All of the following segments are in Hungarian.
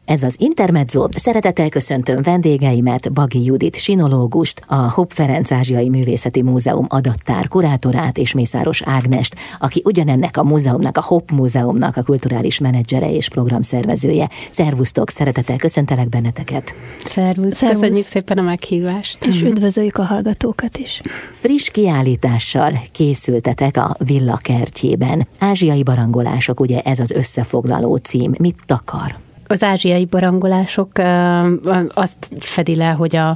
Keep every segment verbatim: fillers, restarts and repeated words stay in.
Ez az Intermezzo. Szeretettel köszöntöm vendégeimet, Baghi Judit sinológust, a Hopp Ferenc Ázsiai Művészeti Múzeum adattár kurátorát és Mészáros Ágnest, aki ugyanennek a múzeumnak, a Hopp Múzeumnak a kulturális menedzsere és programszervezője. Szervusztok, szeretettel köszöntelek benneteket. Szervusz, Szervusz. Köszönjük szépen a meghívást. És üdvözöljük a hallgatókat is. Friss kiállítással készültetek a Villa kertjében. Ázsiai barangolások, ugye ez az összefoglaló cím. Mit takar? Az ázsiai barangolások azt fedi le, hogy a,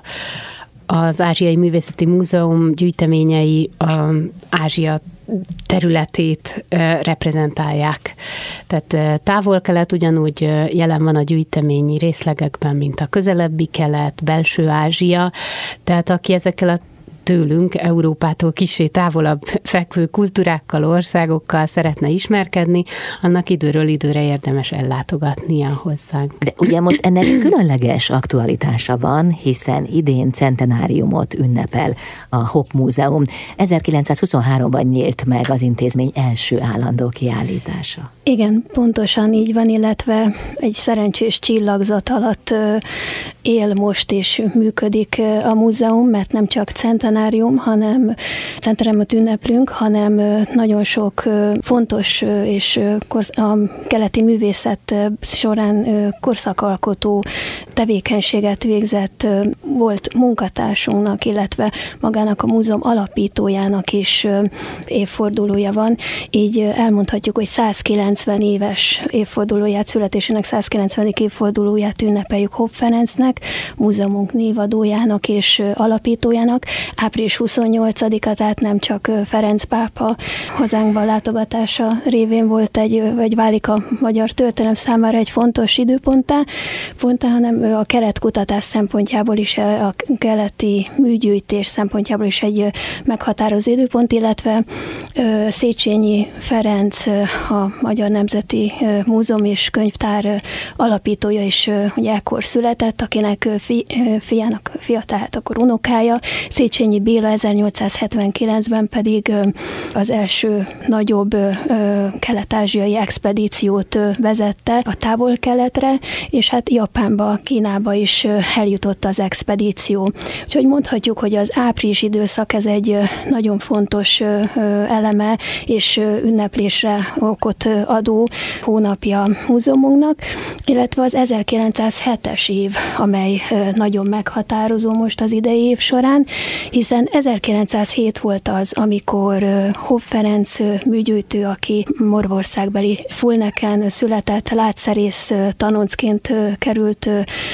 az Ázsiai Művészeti Múzeum gyűjteményei a Ázsia területét reprezentálják. Tehát távol-kelet ugyanúgy jelen van a gyűjteményi részlegekben, mint a közelebbi kelet, belső Ázsia, tehát aki ezekkel a tőlünk, Európától kissé távolabb fekvő kultúrákkal, országokkal szeretne ismerkedni, annak időről időre érdemes ellátogatnia hozzánk. De ugye most ennek különleges aktualitása van, hiszen idén centenáriumot ünnepel a Hopp Múzeum. ezerkilencszázhuszonháromban nyílt meg az intézmény első állandó kiállítása. Igen, pontosan így van, illetve egy szerencsés csillagzat alatt él most és működik a múzeum, mert nem csak centenárium, hanem centenáriumot ünneplünk, hanem nagyon sok fontos és a keleti művészet során korszakalkotó tevékenységet végzett volt munkatársunknak, illetve magának a múzeum alapítójának is évfordulója van. Így elmondhatjuk, hogy százkilencven éves évfordulóját, születésének százkilencvenedik évfordulóját ünnepeljük Hopp Ferencnek, múzeumunk névadójának és alapítójának. április huszonnyolcadika, tehát nem csak Ferenc pápa hazánkban látogatása révén volt egy, vagy válik a magyar történelem számára egy fontos időponttá, ponttá, hanem a keletkutatás szempontjából is, a keleti műgyűjtés szempontjából is egy meghatározó időpont, illetve Széchenyi Ferenc, a Magyar Nemzeti Múzeum és Könyvtár alapítója is ugye ekkor született, akinek fi, fiának fia, tehát akkor unokája. Széchenyi Béla ezernyolcszázhetvenkilencben pedig az első nagyobb kelet-ázsiai expedíciót vezette a távol-keletre, és hát Japánba, Kínába is eljutott az expedíció. Úgyhogy mondhatjuk, hogy az április időszak ez egy nagyon fontos eleme és ünneplésre okot adó hónapja múzeumunknak, illetve az ezerkilencszázhetes év, amely nagyon meghatározó most az idei év során, hiszen ezerkilencszázhét volt az, amikor Hopp Ferenc műgyűjtő, aki Morvországbeli Fulneken született, látszerész tanoncként került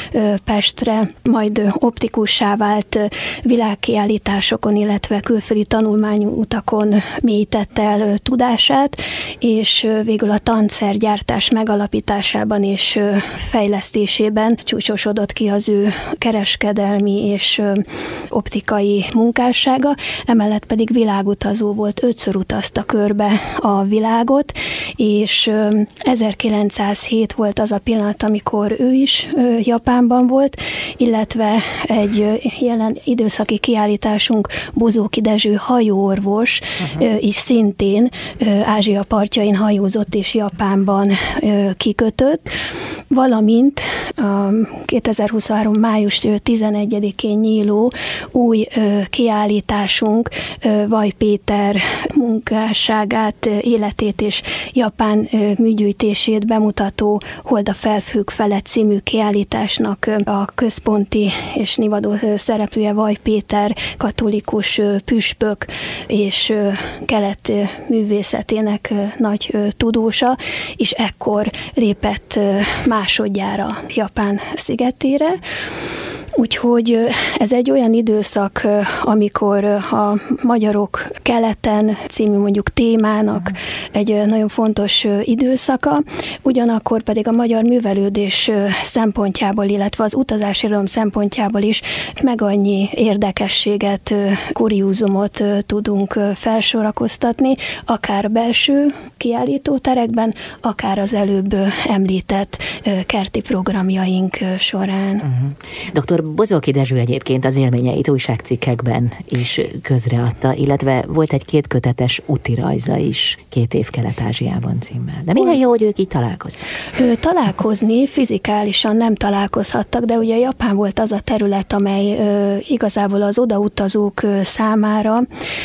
Pestre, majd optikussá vált, világkiállításokon, illetve külföldi tanulmányutakon mélyítette el tudását, és végül a tanszergyártás megalapításában és fejlesztésében csúcsosodott ki az ő kereskedelmi és optikai munkássága, emellett pedig világutazó volt, ötször utazta körbe a világot, és ezerkilencszázhét volt az a pillanat, amikor ő is Japánban volt, illetve egy jelen időszaki kiállításunk Bozóki Dezső hajóorvos uh-huh. is szintén Ázsia partjain hajózott és Japánban kikötött, valamint kétezer-huszonhárom. május tizenegyedikén nyíló új kiállításunk Vaj Péter munkásságát, életét és japán műgyűjtését bemutató Hold a felhők felett című kiállításnak a központi és névadó szereplője Vaj Péter, katolikus püspök és kelet művészetének nagy tudósa, és ekkor lépett másodjára Japán szigetére. Úgyhogy ez egy olyan időszak, amikor a Magyarok keleten című mondjuk témának egy nagyon fontos időszaka, ugyanakkor pedig a magyar művelődés szempontjából, illetve az utazásirodalom szempontjából is meg annyi érdekességet, kuriózumot tudunk felsorakoztatni, akár a belső kiállítóterekben, akár az előbb említett kerti programjaink során. Uh-huh. Doktor doktor Bozóki Dezső egyébként az élményeit újságcikkekben is közreadta, illetve volt egy kétkötetes útirajza is Két év Kelet-Ázsiában címmel. De milyen jó, hogy ők így találkoztak. Ő, találkozni fizikálisan nem találkozhattak, de ugye Japán volt az a terület, amely ö, igazából az odautazók ö, számára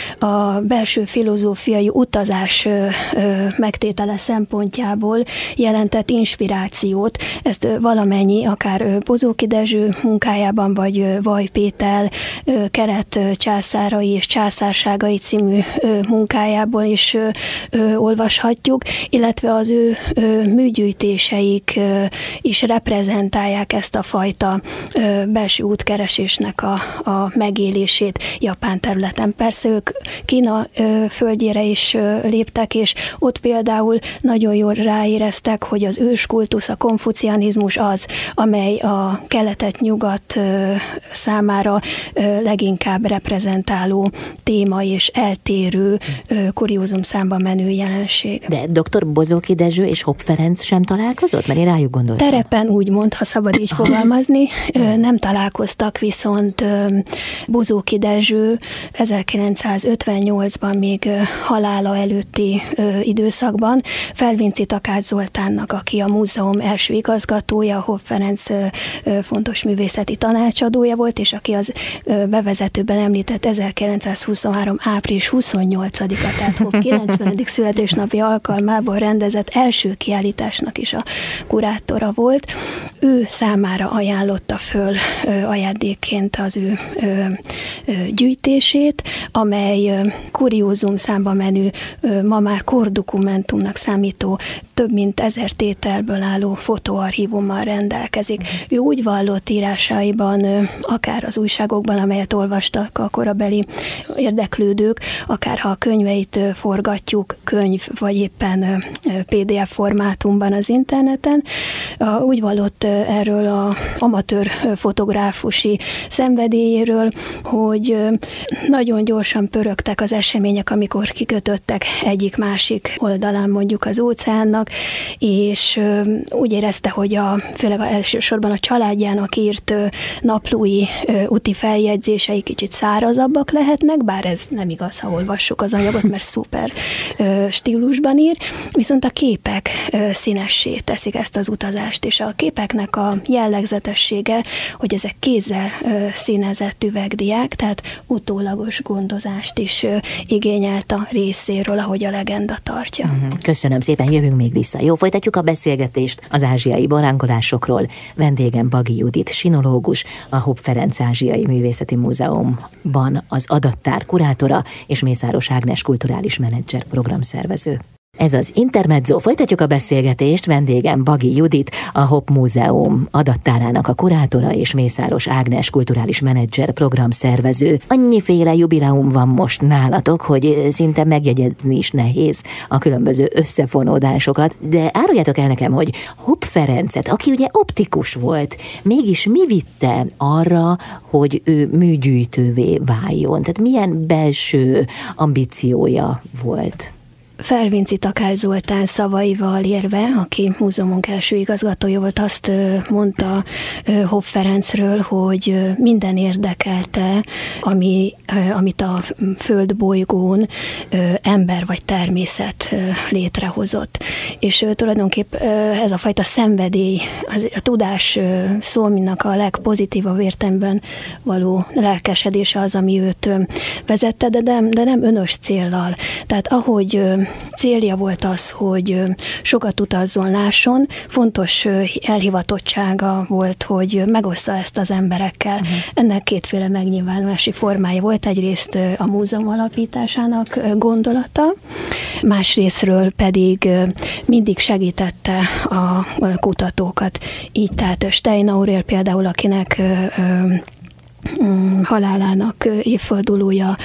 a belső filozófiai utazás ö, ö, megtétele szempontjából jelentett inspirációt. Ezt ö, valamennyi, akár ö, Bozóki Dezső munkájában, vagy ö, Vaj Péter ö, Kelet ö, császárai és császárságai című ö, munkájából is ö, ö, olvashatjuk, illetve az ő ö, műgyűjtéseik ö, is reprezentálják ezt a fajta ö, belső útkeresésnek a, a megélését Japán területen. Persze ők Kína ö, földjére is ö, léptek, és ott például nagyon jól ráéreztek, hogy az őskultusz, a konfucianizmus az, amely a keletet-nyugat ö, számára ö, leginkább reprezentáló téma és eltérő ö, kuriózum számba menő jelenség. De doktor Bozóki Dezső és Hopp Ferenc sem találkozott? Mert én rájuk gondoltam. Terepen úgymond, ha szabad így fogalmazni, nem találkoztak, viszont Bozóki Dezső ezerkilencszázötvennyolcban még halála előtti időszakban Felvinci Takács Zoltánnak, aki a múzeum első igazgatója, Hopp Ferenc fontos művészeti tanácsadója volt, és aki az bevezetőben említett ezerkilencszázhuszonhárom április huszonnyolcadika, tehát Hopp kilencvenedik születésnapi alkalmából rendezett első kiállításnak is a kurátora volt. Ő számára ajánlotta föl ö, ajándékként az ő ö, ö, gyűjtését, amely ö, kuriózum számba menő, ö, ma már kordokumentumnak számító több mint ezer tételből álló fotóarchívummal rendelkezik. Ő úgy vallott írásaiban, ö, akár az újságokban, amelyet olvastak a korabeli érdeklődők, akár ha a könyveit ö, forgatjuk, könyv, vagy éppen ö, pé dé ef formátumban az interneten, úgy vallott erről az amatőr fotográfusi szenvedélyéről, hogy nagyon gyorsan pörögtek az események, amikor kikötöttek egyik-másik oldalán mondjuk az óceánnak, és úgy érezte, hogy a, főleg a elsősorban a családjának írt naplói úti feljegyzései kicsit szárazabbak lehetnek, bár ez nem igaz, ha olvassuk az anyagot, mert szuper stílusban ír, viszont a képek színessé teszik ezt az utazást, és a képeknek a jellegzetessége, hogy ezek kézzel színezett üvegdiák, tehát utólagos gondozást is igényelt a részéről, ahogy a legenda tartja. Köszönöm szépen, jövünk még vissza. Jó, folytatjuk a beszélgetést az ázsiai barangolásokról. Vendégem Baghi Judit, sinológus, a Hopp Ferenc Ázsiai Művészeti Múzeumban az adattár kurátora, és Mészáros Ágnes kulturális menedzser programszervező. Ez az Intermezzo. Folytatjuk a beszélgetést. Vendégem Baghi Judit, a Hopp Múzeum adattárának a kurátora, és Mészáros Ágnes kulturális menedzser programszervező. Annyiféle jubileum van most nálatok, hogy szinte megjegyezni is nehéz a különböző összefonódásokat, de áruljátok el nekem, hogy Hopp Ferencet, aki ugye optikus volt, mégis mi vitte arra, hogy ő műgyűjtővé váljon? Tehát milyen belső ambíciója volt? Felvinci Takács Zoltán szavaival érve, aki múzeumunk első igazgatója volt, azt mondta Hopp Ferencről, hogy minden érdekelte, ami, amit a földbolygón ember vagy természet létrehozott. És tulajdonképp ez a fajta szenvedély, a tudás szólminak a legpozitívabb értelemben való lelkesedése az, ami őt vezette, de nem, de nem önös céllal. Tehát ahogy célja volt az, hogy sokat utazzon, lásson, fontos elhivatottsága volt, hogy megossza ezt az emberekkel. Uh-huh. Ennek kétféle megnyilvánulási formája volt. Egyrészt a múzeum alapításának gondolata, másrésztről pedig mindig segítette a kutatókat. Így tehát Stein Aurél például, akinek halálának évfordulója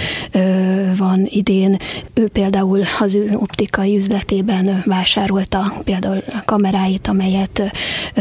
van idén. Ő például az ő optikai üzletében vásárolta például a kameráit, amelyet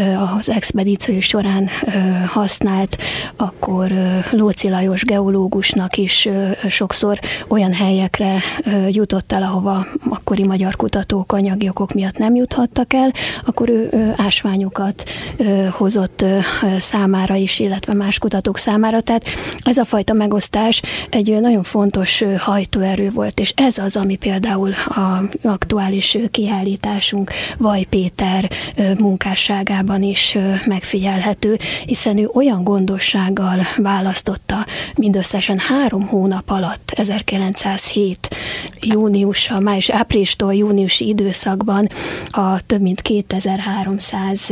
az expedíció során használt, akkor Lóczy Lajos geológusnak is sokszor olyan helyekre jutott el, ahova akkori magyar kutatók anyagi okok miatt nem juthattak el, akkor ő ásványokat hozott számára is, illetve más kutatók számára. Tehát ez a fajta megosztás egy nagyon fontos hajtóerő volt, és ez az, ami például az aktuális kiállításunk Vajj Péter munkásságában is megfigyelhető, hiszen ő olyan gondossággal választotta mindösszesen három hónap alatt, ezerkilencszázhét júniusa, május, áprilistól júniusi időszakban a több mint kétezer-háromszáz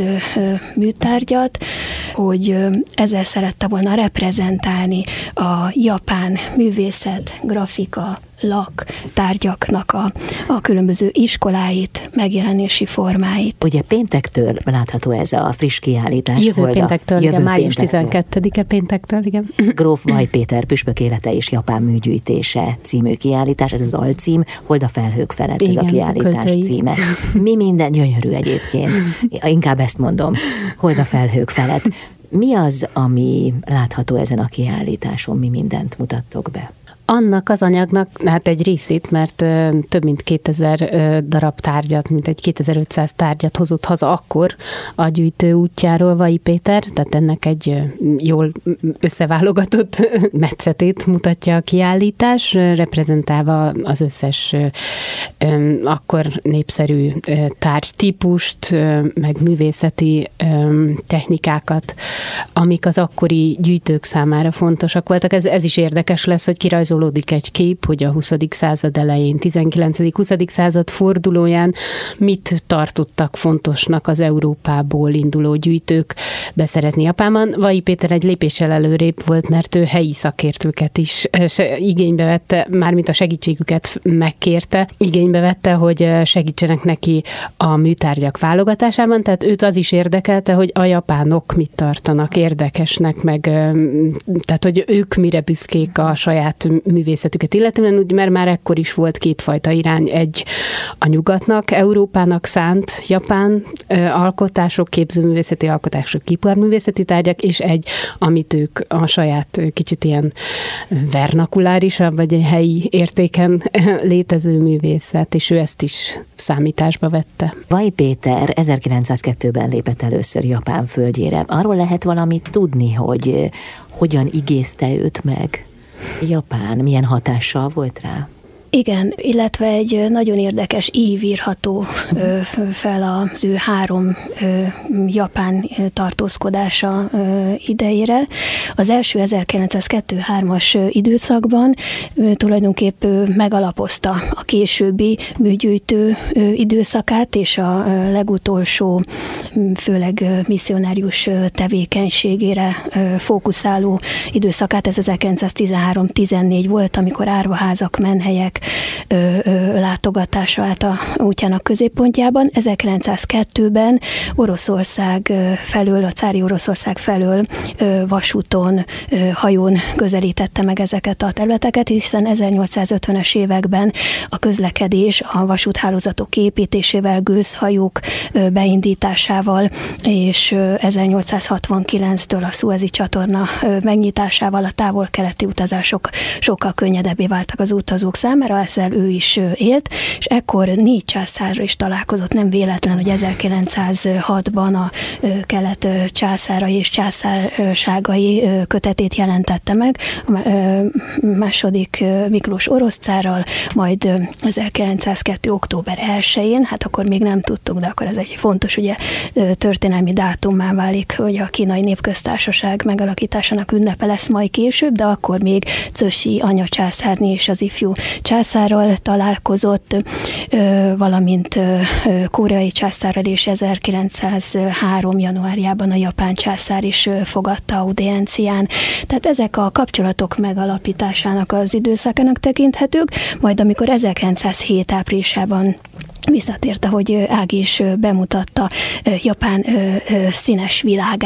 műtárgyat, hogy ezzel szerette volna reprezentálni a japán művészet, grafika, lak tárgyaknak a, a különböző iskoláit, megjelenési formáit. Ugye péntektől látható ez a friss kiállítás. Jövő péntektől, jövő igen, május tizenkettedike péntektől, igen. Gróf Vajj Péter Püspök élete és japán műgyűjtése című kiállítás, ez az alcím, Hold a felhők felett, igen, ez a kiállítás a címe. Mi minden gyönyörű egyébként, inkább ezt mondom, Hold a felhők felett. Mi az, ami látható ezen a kiállításon, mi mindent mutattok be? Annak az anyagnak, hát egy részét, mert ö, több mint kétezer ö, darab tárgyat, mint egy kétezer-ötszáz tárgyat hozott haza akkor a gyűjtő útjáról Vajj Péter, tehát ennek egy ö, jól összeválogatott metszetét mutatja a kiállítás, reprezentálva az összes ö, ö, akkor népszerű ö, tárgytípust, ö, meg művészeti ö, technikákat, amik az akkori gyűjtők számára fontosak voltak. Ez, ez is érdekes lesz, hogy kirajzol egy kép, hogy a huszadik század elején, tizenkilencedik-huszadik század fordulóján mit tartottak fontosnak az Európából induló gyűjtők beszerezni Japánban. Vajj Péter egy lépéssel előrébb volt, mert ő helyi szakértőket is igénybe vette, mármint a segítségüket megkérte, igénybe vette, hogy segítsenek neki a műtárgyak válogatásában, tehát őt az is érdekelte, hogy a japánok mit tartanak érdekesnek, meg tehát, hogy ők mire büszkék a saját művészetüket illetően, úgy, mert már ekkor is volt kétfajta irány, egy a nyugatnak, Európának szánt japán alkotások, képzőművészeti alkotások, iparművészeti tárgyak, és egy, amit ők a saját kicsit ilyen vernakulárisabb, vagy egy helyi értéken létező művészet, és ő ezt is számításba vette. Vajj Péter ezerkilencszázkettőben lépett először Japán földjére. Arról lehet valamit tudni, hogy hogyan igézte őt meg Japán, milyen hatással volt rá? Igen, illetve egy nagyon érdekes ív írható fel az ő három japán tartózkodása idejére. Az első ezerkilencszázkettő-hármas időszakban tulajdonképp megalapozta a későbbi műgyűjtő időszakát, és a legutolsó, főleg misszionárius tevékenységére fókuszáló időszakát, ez ezerkilencszáztizenhárom-tizennégy volt, amikor árvaházak, menhelyek Ö, ö, látogatása állt a útjának középpontjában. ezerkilencszázkettőben Oroszország felől, a cári Oroszország felől ö, vasúton, ö, hajón közelítette meg ezeket a területeket, hiszen ezernyolcszázötvenes években a közlekedés a vasúthálózatok építésével, gőzhajók ö, beindításával, és ö, ezernyolcszázhatvankilenctől a Szuezi csatorna ö, megnyitásával a távol-keleti utazások sokkal könnyedebbé váltak az utazók számára, ezzel ő is élt, és ekkor négy császárra is találkozott, nem véletlen, hogy ezerkilencszázhatban a kelet császárai és császárságai kötetét jelentette meg, a második Miklós orosz cárral, majd ezerkilencszázkettő október elsején, hát akkor még nem tudtuk, de akkor ez egy fontos, ugye történelmi dátummá válik, hogy a Kínai Népköztársaság megalakításának ünnepe lesz majd később, de akkor még Cösi anyacsászárné és az ifjú császárral találkozott, valamint koreai császárral, és ezerkilencszázhárom januárjában a japán császár is fogadta audiencián. Tehát ezek a kapcsolatok megalapításának az időszakának tekinthetők, majd amikor ezerkilencszázhét áprilisában visszatért, ahogy Ági is bemutatta Japán színes világát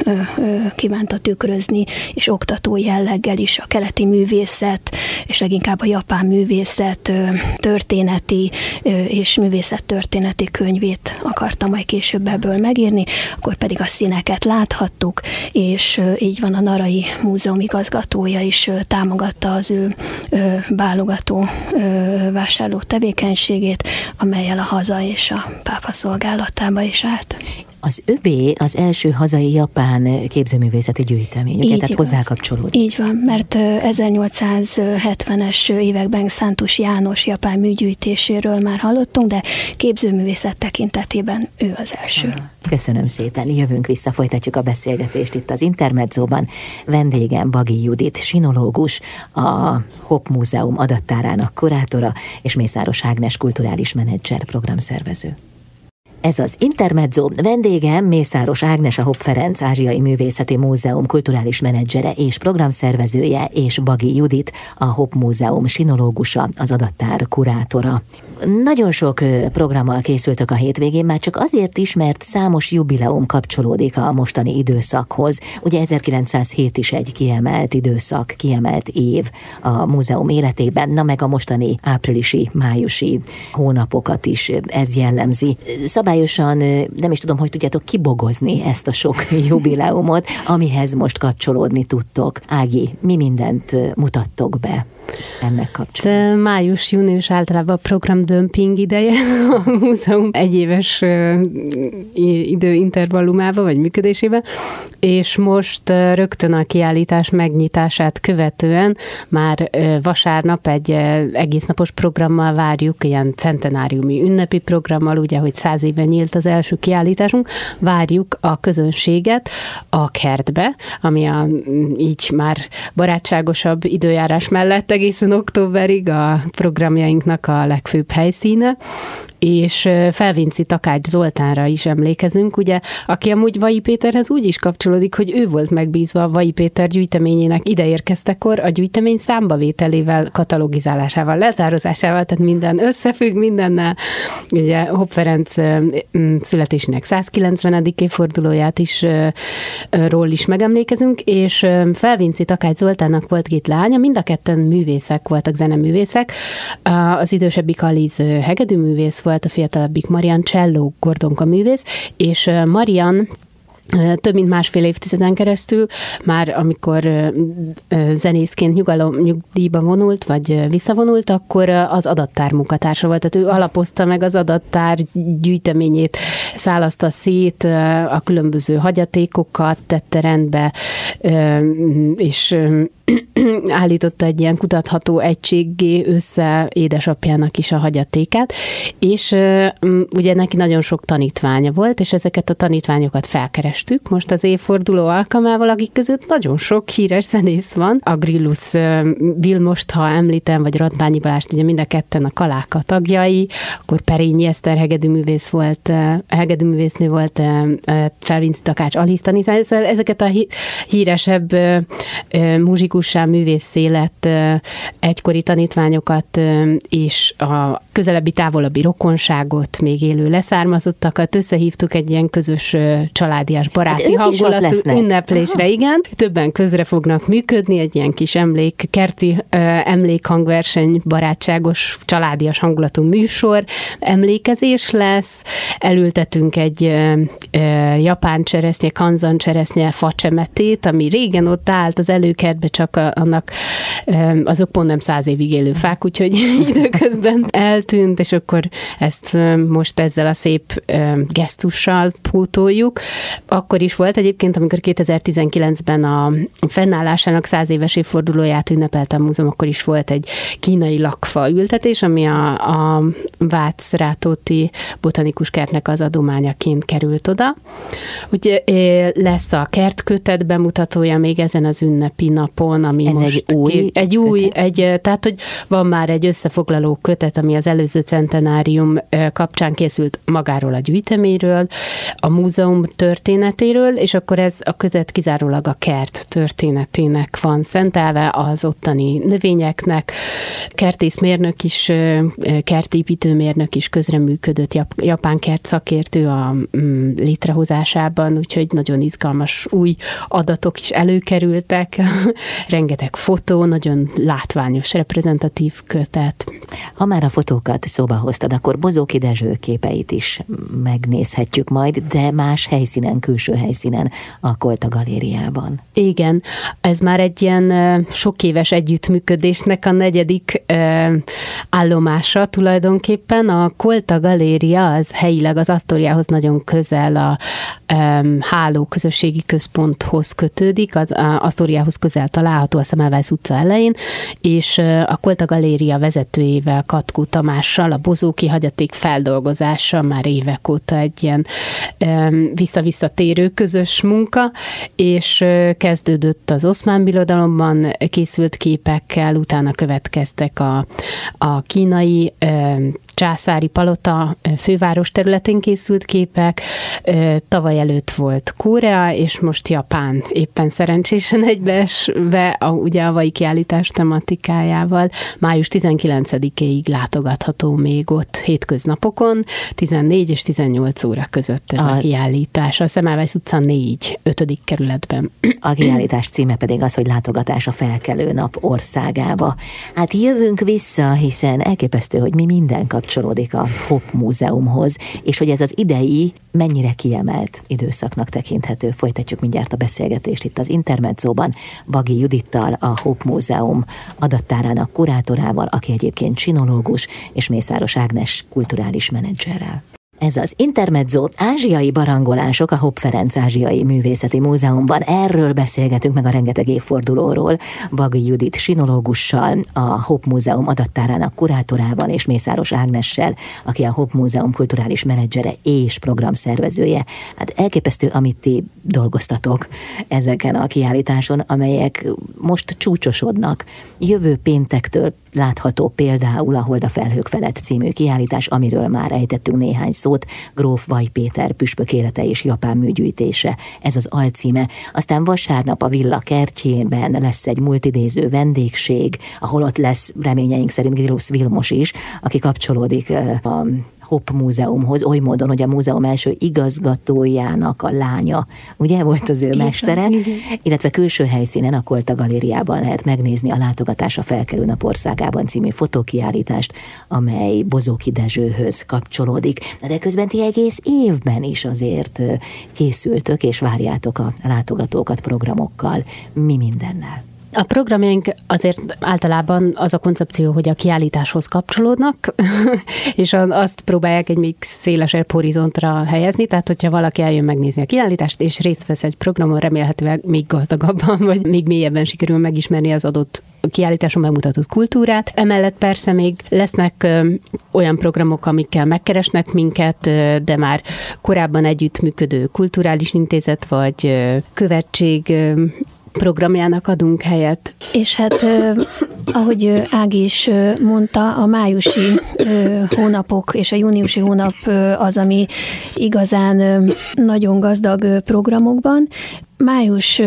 kívánta tükrözni, és oktató jelleggel is a keleti művészet, és leginkább a japán művészet történeti és művészettörténeti könyvét akartam majd később ebből megírni, akkor pedig a színeket láthattuk, és így van, a Narai Múzeum igazgatója is támogatta az ő válogató vásárló tevékenységét, amellyel a haza és a pápa szolgálatába is állt. Az övé az első hazai japán képzőművészeti gyűjtemény, ugye? Tehát hozzá kapcsolódik. Így van, mert ezernyolcszázhetvenes években Szántus János japán műgyűjtéséről már hallottunk, de képzőművészet tekintetében ő az első. Köszönöm szépen, jövünk vissza, folytatjuk a beszélgetést itt az Intermedzóban. Vendégem Baghi Judit, sinológus, a Hopp Múzeum adattárának kurátora, és Mészáros Ágnes kulturális menedzser, programszervező. Ez az Intermezzo, vendégem Mészáros Ágnes, a Hopp Ferenc Ázsiai Művészeti Múzeum kulturális menedzsere és programszervezője, és Baghi Judit, a Hopp Múzeum sinológusa, az adattár kurátora. Nagyon sok programmal készültök a hétvégén, már csak azért is, mert számos jubileum kapcsolódik a mostani időszakhoz. Ugye ezerkilencszázhét is egy kiemelt időszak, kiemelt év a múzeum életében, na meg a mostani áprilisi, májusi hónapokat is ez jellemzi. Szabályosan nem is tudom, hogy tudjátok kibogozni ezt a sok jubileumot, amihez most kapcsolódni tudtok. Ági, mi mindent mutattok be ennek kapcsolatban? Május-június általában a programdömping ideje a múzeum egyéves időintervallumában, vagy működésében, és most rögtön a kiállítás megnyitását követően már vasárnap egy egésznapos programmal várjuk, ilyen centenáriumi ünnepi programmal, ugye, hogy száz éve nyílt az első kiállításunk, várjuk a közönséget a kertbe, ami a így már barátságosabb időjárás mellett egészen októberig a programjainknak a legfőbb helyszíne, és Felvinci Takács Zoltánra is emlékezünk, ugye, aki amúgy Vai Péterhez úgy is kapcsolódik, hogy ő volt megbízva a Vai Péter gyűjteményének ideérkeztekor a gyűjtemény számbavételével, katalogizálásával, letározásával, tehát minden összefügg mindennel. Ugye Hopp Ferenc születésének százkilencvenedik évfordulóját is ról is megemlékezünk, és Felvinci Takács Zoltánnak volt két lánya, mind a ketten művészek voltak, zeneművészek. Az idősebbik Aliz hegedűművész volt, a fiatalabbik Marian Cselló Gordonka művész, és Marian több mint másfél évtizeden keresztül, már amikor zenészként nyugalom, nyugdíjba vonult, vagy visszavonult, akkor az adattár munkatársa volt. Tehát ő alapozta meg az adattár gyűjteményét, szálaszta szét, a különböző hagyatékokat tette rendbe, és állította egy ilyen kutatható egységgé össze édesapjának is a hagyatékát, és ugye neki nagyon sok tanítványa volt, és ezeket a tanítványokat felkerestük most az évforduló alkalmával, akik között nagyon sok híres zenész van. A Grillus Vilmost, ha említem, vagy Radbányi Balást, ugye mind a ketten a Kaláka tagjai, akkor Perényi Eszter hegedűművész volt, hegedűművésznő volt, Felvinci Takács Aliz tanítvány, ezeket a híresebb muzsikussá, művészé lett egykori tanítványokat és a közelebbi, távolabbi rokonságot, még élő leszármazottakat összehívtuk egy ilyen közös családias, baráti hát hangulatú ünneplésre, aha. Igen. Többen közre fognak működni, egy ilyen kis emlék, kerti emlékhangverseny, barátságos, családias hangulatú műsor, emlékezés lesz, elültetünk egy japán cseresznye, kanzan cseresznye facsemetét, ami régen ott állt az előkertbe, csak a, annak azok pont nem száz évig élő fák, úgyhogy időközben eltűnt, és akkor ezt most ezzel a szép gesztussal pótoljuk. Akkor is volt egyébként, amikor kétezer-tizenkilencben a fennállásának száz éves évfordulóját ünnepelte a múzeum, akkor is volt egy kínai lakfa ültetés, ami a, a Vác-Rátóti botanikus kertnek az adományaként került oda. Úgy lesz a kertkötet bemutatója még ezen az ünnepi napon, ami ez most egy új ki, egy új, egy, tehát hogy van már egy összefoglaló kötet, ami az előző centenárium kapcsán készült magáról a gyűjteményről, a múzeum történet történetéről, és akkor ez a között kizárólag a kert történetének van szentelve, az ottani növényeknek. Kertészmérnök is, kertépítőmérnök is közreműködött, japán kert szakértő a létrehozásában, úgyhogy nagyon izgalmas új adatok is előkerültek, rengeteg fotó, nagyon látványos, reprezentatív kötet. Ha már a fotókat szóba hoztad, akkor Bozóki Dezső képeit is megnézhetjük majd, de más helyszínen, külső helyszínen, a Kolta Galériában. Igen, ez már egy ilyen sok éves együttműködésnek a negyedik állomása tulajdonképpen. A Kolta Galéria az helyileg az Asztóriához nagyon közel, a Háló közösségi központhoz kötődik, az Asztóriához közel található, a Semmelweis utca elején, és a Kolta Galéria vezetőjével, Katkó Tamással a bozóki hagyaték feldolgozása már évek óta egy ilyen vissza-visszatérő közös munka, és kezdődött az Oszmán Birodalomban készült képekkel, utána következtek a, a kínai császári palota főváros területén készült képek, tavaly előtt volt Korea, és most Japán éppen szerencsésen egybeesve, a, ugye a vai kiállítás tematikájával. május tizenkilencedikéig látogatható még ott hétköznapokon, tizennégy és tizennyolc óra között ez a, a kiállítás. A Semmelweis utca négy, ötödik kerületben. A kiállítás címe pedig az, hogy látogatás a felkelő nap országába. Hát jövünk vissza, hiszen elképesztő, hogy mi minden kapcsolódik a Hopp Múzeumhoz, és hogy ez az idei mennyire kiemelt időszaknak tekinthető. Folytatjuk mindjárt a beszélgetést itt az Intermedzóban Bagi Judittal, a Hopp Múzeum adattárának kurátorával, aki egyébként sinológus, és Mészáros Ágnes kulturális menedzserrel. Ez az Intermezzo, ázsiai barangolások a Hopp Ferenc Ázsiai Művészeti Múzeumban. Erről beszélgetünk meg a rengeteg évfordulóról Bagi Judit sinológussal, a Hopp Múzeum adattárának kurátorával, és Mészáros Ágnessel, aki a Hopp Múzeum kulturális menedzsere és programszervezője. Hát elképesztő, amit ti dolgoztatok ezeken a kiállításon, amelyek most csúcsosodnak. Jövő péntektől látható például a Hold a felhők felett című kiállítás, amiről már ejtettünk néhány szót, Gróf Vaj Péter püspök élete és japán műgyűjtése. Ez az alcíme. Aztán vasárnap a Villa kertjében lesz egy multidéző vendégség, ahol ott lesz reményeink szerint Grillusz Vilmos is, aki kapcsolódik a Hopp Múzeumhoz, oly módon, hogy a múzeum első igazgatójának a lánya, ugye, volt az ő igen, mestere, igen. Illetve külső helyszínen, a Kolta Galériában lehet megnézni a Látogatás a felkelő nap országában című fotókiállítást, amely Bozóki Dezsőhöz kapcsolódik. De közben ti egész évben is azért készültök, és várjátok a látogatókat programokkal, mi mindennel. A programjaink azért általában az a koncepció, hogy a kiállításhoz kapcsolódnak, és azt próbálják egy még szélesebb horizontra helyezni, tehát hogyha valaki eljön megnézni a kiállítást, és részt vesz egy programon, remélhetőleg még gazdagabban, vagy még mélyebben sikerül megismerni az adott kiállításon bemutatott kultúrát. Emellett persze még lesznek ö, olyan programok, amikkel megkeresnek minket, ö, de már korábban együttműködő kulturális intézet, vagy ö, követség ö, programjának adunk helyet. És hát, eh, ahogy Ági is mondta, a májusi eh, hónapok és a júniusi hónap eh, az, ami igazán eh, nagyon gazdag eh, programokban. Május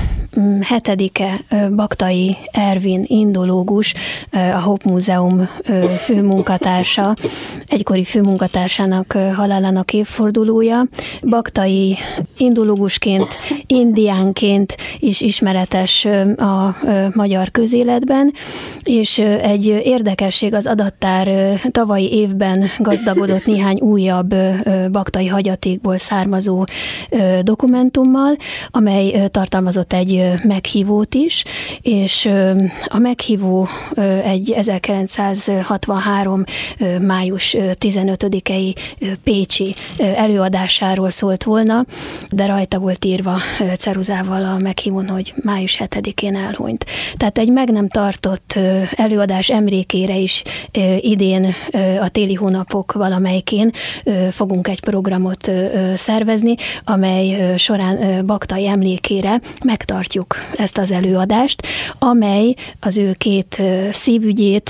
hetedike Baktai Ervin indológus, a Hopp Múzeum főmunkatársa, egykori főmunkatársának halálának évfordulója. Baktai indológusként, indiánként is ismeretes a magyar közéletben, és egy érdekesség, az adattár tavalyi évben gazdagodott néhány újabb baktai hagyatékból származó dokumentummal, amely tartalmazott egy meghívót is, és a meghívó egy ezerkilencszázhatvanhárom. május tizenötödikei pécsi előadásáról szólt volna, de rajta volt írva ceruzával a meghívón, hogy május hetedikén elhunyt. Tehát egy meg nem tartott előadás emlékére is idén a téli hónapok valamelyikén fogunk egy programot szervezni, amely során Baktai emlékére megtartjuk ezt az előadást, amely az ő két szívügyét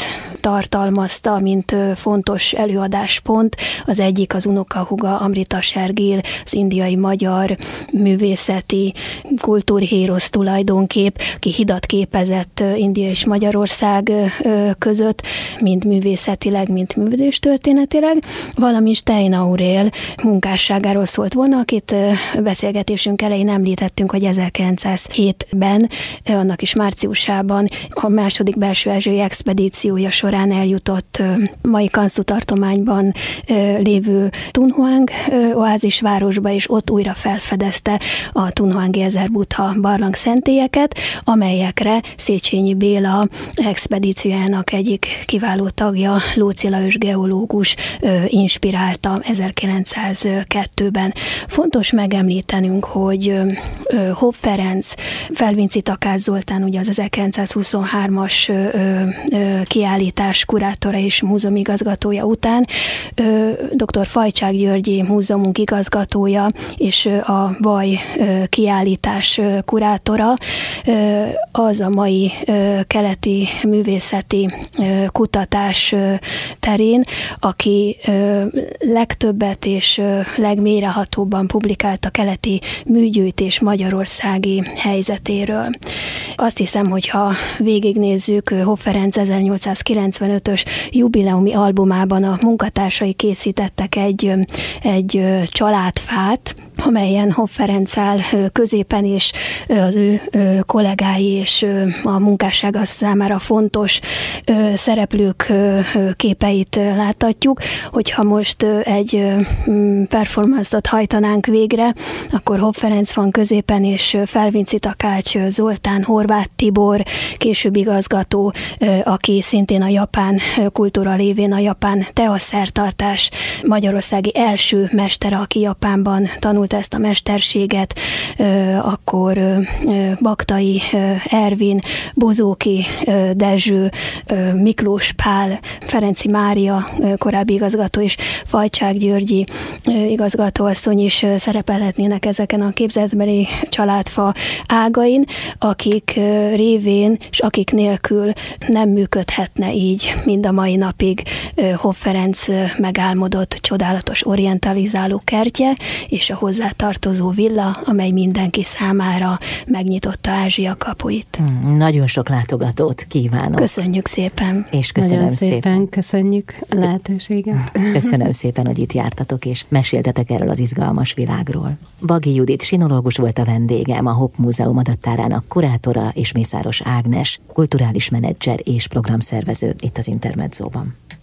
tartalmazta, mint fontos előadáspont. Az egyik az unokahúga Amrita Shergill, az indiai magyar művészeti kultúrhérosz tulajdonképp, ki hidat képezett India és Magyarország között, mind művészetileg, mind művésztörténetileg, valamint Stein Aurél munkásságáról szólt volna, akit beszélgetésünk elején említettünk, hogy ezerkilencszázhétben, annak is márciusában a második belső-ázsiai expedíciója során eljutott mai Kansu tartományban lévő Tunhuang oázisvárosba, és ott újra felfedezte a Tunhuangi ezer buddha barlang szentélyeket, amelyekre Széchenyi Béla expedíciójának egyik kiváló tagja, Lóczy Lajos geológus inspirálta ezerkilencszázkettőben. Fontos megemlítenünk, hogy Hopp Ferenc, Felvinci Takács Zoltán, ugye az ezerkilencszázhuszonhármas kiállítás kurátora és múzeumigazgatója után dr. Fajcsák Györgyi múzeumunk igazgatója és a Vaj kiállítás kurátora, az a mai keleti művészeti kutatás terén, aki legtöbbet és legmélyrehatóbban publikált a keleti műgyűjtés magyarországi helyzetéről. Azt hiszem, hogyha végignézzük Hopp Ferenc ezernyolcszázkilencvenötös jubileumi albumában a munkatársai készítettek egy, egy családfát, amelyen Hopp Ferenc áll középen, és az ő kollégái és a munkássága számára fontos szereplők képeit láthatjuk. Hogyha most egy performance-ot hajtanánk végre, akkor Hopp Ferenc van középen, és Felvinci Takács Zoltán, Horváth Tibor, később igazgató, aki szintén a japán kultúra lévén a japán teaszertartás magyarországi első mestere, aki Japánban tanult ezt a mesterséget, akkor Baktai Ervin, Bozóki Dezső, Miklós Pál, Ferenci Mária korábbi igazgató és Fajcsák Györgyi igazgatóasszony is szerepelhetnének ezeken a képzeletbeli családfa ágain, akik révén és akik nélkül nem működhetne így mind a mai napig Hopp Ferenc megálmodott csodálatos orientalizáló kertje és a hozzátartozó villa, amely mindenki számára megnyitotta Ázsia kapuit. Mm, nagyon sok látogatót kívánok. Köszönjük szépen. És köszönöm nagyon szépen. szépen. Köszönjük a lehetőséget. Köszönöm szépen, hogy itt jártatok, és meséltetek erről az izgalmas világról. Bagi Judit sinológus volt a vendégem, a Hopp Múzeum adattárának kurátora, és Mészáros Ágnes kulturális menedzser és programszervező itt az Intermedzóban.